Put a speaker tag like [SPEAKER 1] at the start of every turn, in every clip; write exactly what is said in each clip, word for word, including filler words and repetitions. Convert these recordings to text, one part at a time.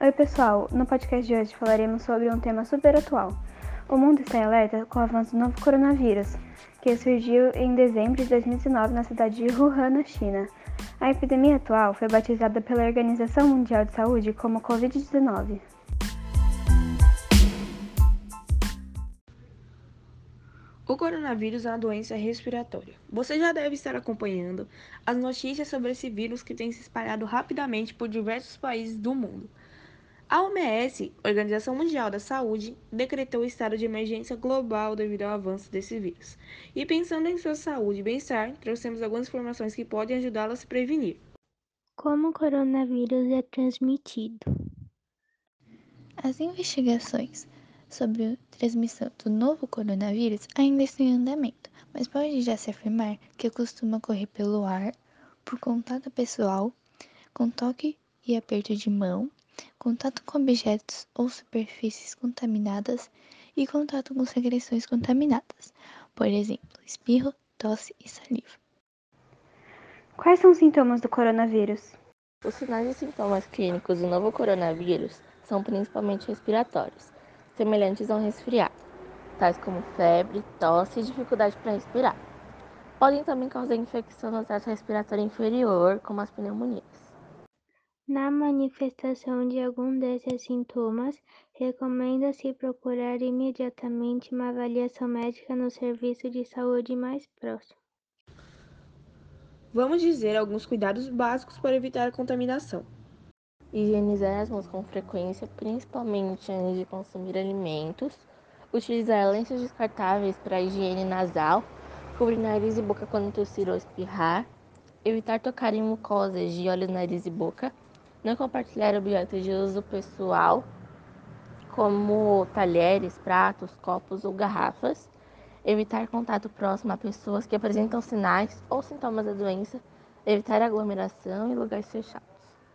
[SPEAKER 1] Oi pessoal, no podcast de hoje falaremos sobre um tema super atual. O mundo está em alerta com o avanço do novo coronavírus, que surgiu em dezembro de dois mil e dezenove na cidade de Wuhan, na China. A epidemia atual foi batizada pela Organização Mundial de Saúde como covid dezenove.
[SPEAKER 2] O coronavírus é uma doença respiratória. Você já deve estar acompanhando as notícias sobre esse vírus que tem se espalhado rapidamente por diversos países do mundo. A O M S, Organização Mundial da Saúde, decretou o estado de emergência global devido ao avanço desse vírus. E pensando em sua saúde e bem-estar, trouxemos algumas informações que podem ajudá-la a se prevenir.
[SPEAKER 3] Como o coronavírus é transmitido?
[SPEAKER 4] As investigações sobre a transmissão do novo coronavírus ainda estão em andamento, mas pode já se afirmar que costuma ocorrer pelo ar, por contato pessoal, com toque e aperto de mão, contato com objetos ou superfícies contaminadas e contato com secreções contaminadas, por exemplo, espirro, tosse e saliva.
[SPEAKER 1] Quais são os sintomas do coronavírus?
[SPEAKER 5] Os sinais e sintomas clínicos do novo coronavírus são principalmente respiratórios, semelhantes a um resfriado, tais como febre, tosse e dificuldade para respirar. Podem também causar infecção no trato respiratório inferior, como as pneumonias.
[SPEAKER 3] Na manifestação de algum desses sintomas, recomenda-se procurar imediatamente uma avaliação médica no serviço de saúde mais próximo.
[SPEAKER 2] Vamos dizer alguns cuidados básicos para evitar a contaminação.
[SPEAKER 5] Higienizar as mãos com frequência, principalmente antes de consumir alimentos. Utilizar lenços descartáveis para higiene nasal. Cobrir nariz e boca quando tossir ou espirrar. Evitar tocar em mucosas de olhos, nariz e boca. Não compartilhar objetos de uso pessoal, como talheres, pratos, copos ou garrafas. Evitar contato próximo a pessoas que apresentam sinais ou sintomas da doença. Evitar aglomeração em lugares fechados.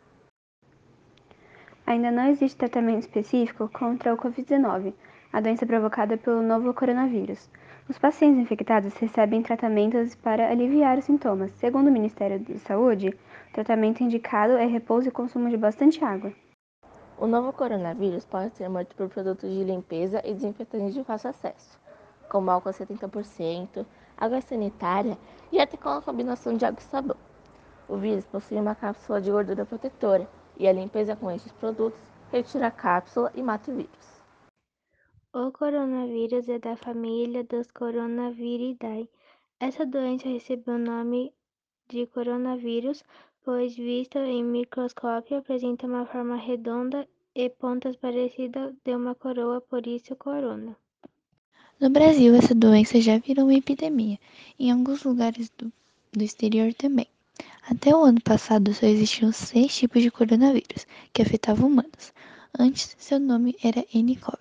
[SPEAKER 1] Ainda não existe tratamento específico contra o covid dezenove, a doença provocada pelo novo coronavírus. Os pacientes infectados recebem tratamentos para aliviar os sintomas. Segundo o Ministério da Saúde, o tratamento indicado é repouso e consumo de bastante água.
[SPEAKER 5] O novo coronavírus pode ser morto por produtos de limpeza e desinfetantes de fácil acesso, como álcool a setenta por cento, água sanitária e até com a combinação de água e sabão. O vírus possui uma cápsula de gordura protetora e a limpeza com estes produtos retira a cápsula e mata o vírus.
[SPEAKER 3] O coronavírus é da família dos coronaviridae. Essa doença recebeu o nome de coronavírus, pois vista em microscópio apresenta uma forma redonda e pontas parecidas de uma coroa, por isso corona.
[SPEAKER 4] No Brasil, essa doença já virou uma epidemia, em alguns lugares do, do exterior também. Até o ano passado, só existiam seis tipos de coronavírus que afetavam humanos. Antes, seu nome era nCoV.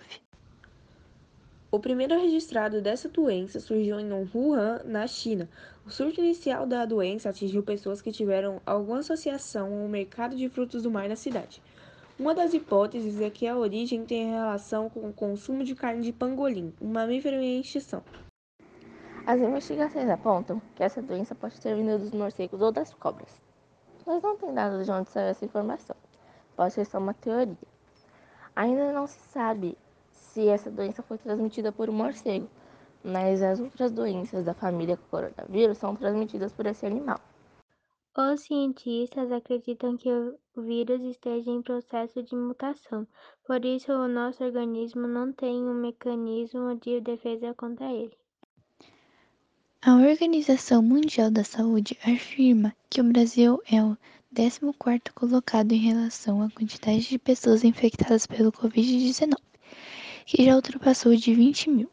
[SPEAKER 2] O primeiro registrado dessa doença surgiu em Wuhan, na China. O surto inicial da doença atingiu pessoas que tiveram alguma associação ao mercado de frutos do mar na cidade. Uma das hipóteses é que a origem tem relação com o consumo de carne de pangolim, um mamífero em extinção.
[SPEAKER 5] As investigações apontam que essa doença pode ter vindo dos morcegos ou das cobras, mas não tem dados de onde saiu essa informação. Pode ser só uma teoria. Ainda não se sabe se essa doença foi transmitida por um morcego, mas as outras doenças da família coronavírus são transmitidas por esse animal.
[SPEAKER 3] Os cientistas acreditam que o vírus esteja em processo de mutação, por isso o nosso organismo não tem um mecanismo de defesa contra ele.
[SPEAKER 4] A Organização Mundial da Saúde afirma que o Brasil é o décimo quarto colocado em relação à quantidade de pessoas infectadas pelo covid dezenove, que já ultrapassou de vinte mil.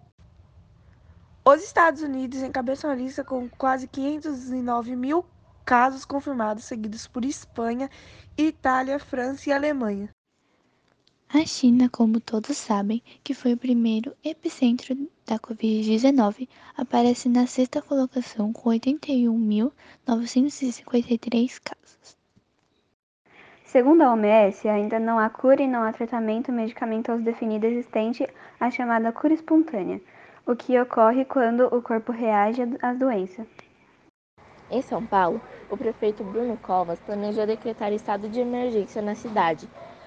[SPEAKER 2] Os Estados Unidos encabeçam a lista com quase quinhentos e nove mil casos confirmados, seguidos por Espanha, Itália, França e Alemanha.
[SPEAKER 4] A China, como todos sabem, que foi o primeiro epicentro da covid dezenove, aparece na sexta colocação com oitenta e um mil novecentos e cinquenta e três casos.
[SPEAKER 1] Segundo a O M S, ainda não há cura e não há tratamento medicamentoso definido existente, a chamada cura espontânea, o que ocorre quando o corpo reage à doença.
[SPEAKER 5] Em São Paulo, o prefeito Bruno Covas planeja decretar estado de emergência na cidade.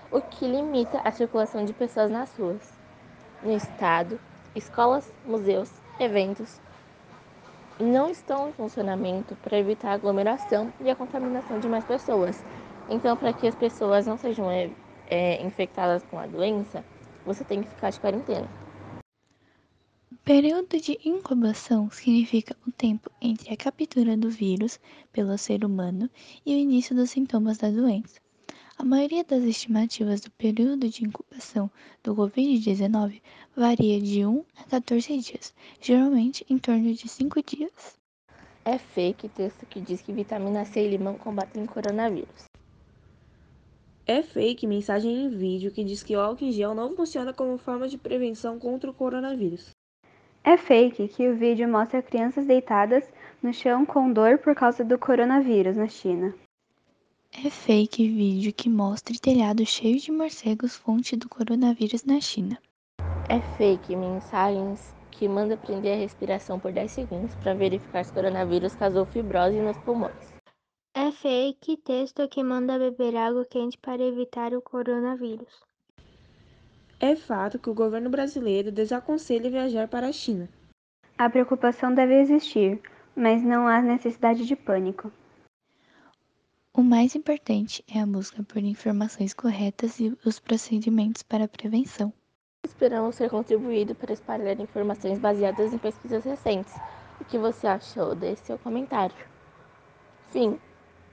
[SPEAKER 5] o que limita a circulação de pessoas nas ruas. No estado, escolas, museus, eventos não estão em funcionamento para evitar a aglomeração e a contaminação de mais pessoas. Então, para que as pessoas não sejam é, é, infectadas com a doença, você tem que ficar de quarentena.
[SPEAKER 4] O período de incubação significa o tempo entre a captura do vírus pelo ser humano e o início dos sintomas da doença. A maioria das estimativas do período de incubação do covid dezenove varia de um a quatorze dias, geralmente em torno de cinco dias.
[SPEAKER 5] É fake texto que diz que vitamina C e limão combatem coronavírus.
[SPEAKER 2] É fake mensagem em vídeo que diz que o álcool em gel não funciona como forma de prevenção contra o coronavírus.
[SPEAKER 1] É fake que o vídeo mostra crianças deitadas no chão com dor por causa do coronavírus na China.
[SPEAKER 4] É fake vídeo que mostra telhado cheio de morcegos fonte do coronavírus na China.
[SPEAKER 5] É fake mensagens que manda prender a respiração por dez segundos para verificar se o coronavírus causou fibrose nos pulmões.
[SPEAKER 3] É fake texto que manda beber água quente para evitar o coronavírus.
[SPEAKER 2] É fato que o governo brasileiro desaconselha viajar para a China.
[SPEAKER 1] A preocupação deve existir, mas não há necessidade de pânico.
[SPEAKER 4] O mais importante é a busca por informações corretas e os procedimentos para a prevenção.
[SPEAKER 5] Esperamos ter contribuído para espalhar informações baseadas em pesquisas recentes. O que você achou? Deixe seu comentário. Fim.